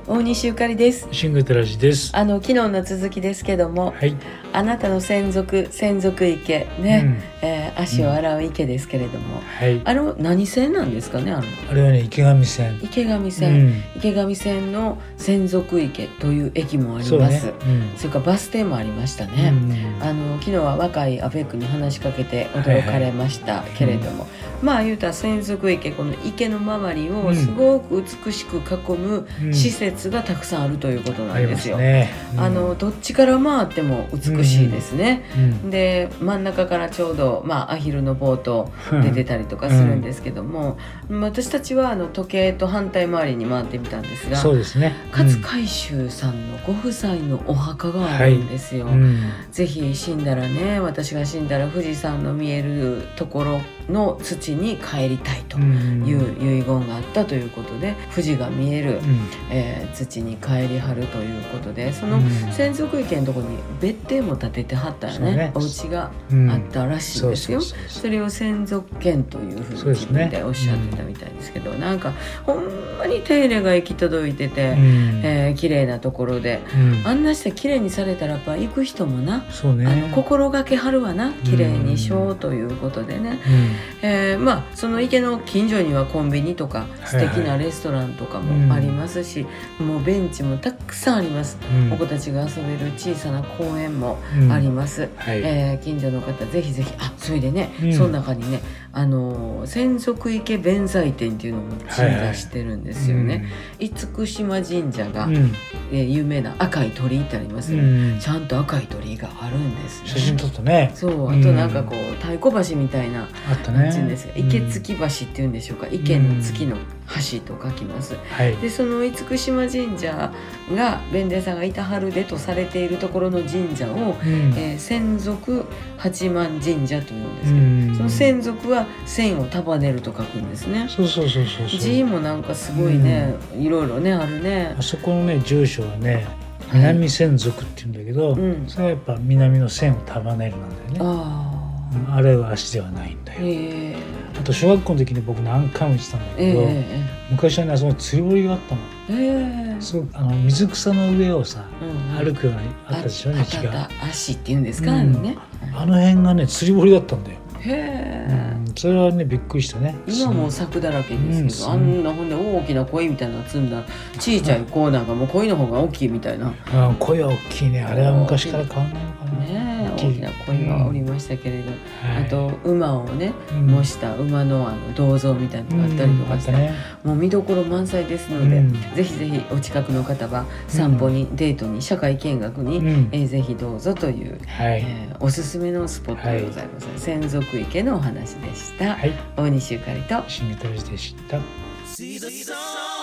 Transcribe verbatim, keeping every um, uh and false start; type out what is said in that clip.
大西ゆかりです。 シングトラジです。 あの昨日の続きですけども、 はい、 あなたの専属専属池ね、うんえー、足を洗う池ですけれども、うんはい、あの何線なんですかね。あのあれはね池上線池上線、うん、池上線の専属池という駅もあります。 そ,、ねうん、それからバス停もありましたね、うん、あの昨日は若いアフェックに話しかけて驚かれましたけれども、はいはいうん、まあ言うたら専属池、この池の周りをすごく美しく囲む施設がたくさんあるということなんですよ、うんありますねうん、あのどっちから回っても美しいですね、うんうん、で真ん中からちょうど、まあ、アヒルのボート出てたりとかするんですけども、うん、私たちはあの時計と反対回りに回ってみたんですが、 そうですね、 うん、勝海舟さんのご夫妻のお墓があるんですよ、はいうん、ぜひ死んだらね、私が死んだら富士山の見えるところの土に帰りたいという遺言があったということで、富士が見える、うんえー、土に帰りはるということで、その専属池のところに別邸も建ててはったら ね, ねお家があったらしいんですよ。それを専属犬というふうに自分でおっしゃってたみたいですけど、ねうん、なんかほんまに手入れが行き届いてて、うんえー、綺麗なところで、うん、あんなして綺麗にされたらやっぱ行く人もな、そう、ね、あの心がけはるわな、綺麗にしようということでね、うんえー、まあその池の近所にはコンビニとか素敵なレストランとかもありますし、はいはい、もうベンチもたくさんあります、うん、お子たちが遊べる小さな公園もあります、うんはいえー、近所の方ぜひぜひ、あそれでね、うん、その中にねあの専属池弁財天っていうのも鎮座してるんですよね、はいはい、厳島神社が、うんえー、有名な赤い鳥居ってありますよね、うん、ちゃんと赤い鳥居があるんですね。 写真撮ったね。 そうあとなんかこう太鼓橋みたいな、あったね、なんていうんですか、池月橋っていうんでしょうか、池の月の橋と書きます、うんはい、でその厳島神社が弁天さんがいたはるでとされているところの神社を、うんえー、専属八幡神社というんですけど、うん、その専属は千を束ねると書くんですね。 そうそうそうそうそう、 字もなんかすごいね、うん、いろいろねあるね。 あそこのね住所はね南千族っていうんだけど、はい、それはやっぱ南の千を束ねるなんだよね。ああれは足ではないんだよ、えー、あと小学校の時に僕何回も言ってたんだけど、えー、昔はねその釣り堀があったの、えー、すごくあの水草の上をさ、うんうん、歩くようにあったでしょ、道が足っていうんですか、うん、ね、 あの辺がね釣り堀だったんだよ。 へうん、それはねびっくりしたね。 今もう柵だらけですけど、うん、あんなほんで大きな鯉みたいなの積んだちいちゃいコーナーがもう鯉の方が大きいみたいな、 うん、鯉は大きいね。あれは昔から変わんないのかなね、大きな鯉がおりましたけれど、うん、あと馬をね、うん、模した馬 の, あの銅像みたいなのがあったりとかして、うんね、もう見どころ満載ですので、うん、ぜひぜひお近くの方は散歩に、うん、デートに社会見学に、うんえー、ぜひどうぞという、はいえー、おすすめのスポットでございます、はい、専属池のお話でした、はい、大西ゆかりと新ネタでした。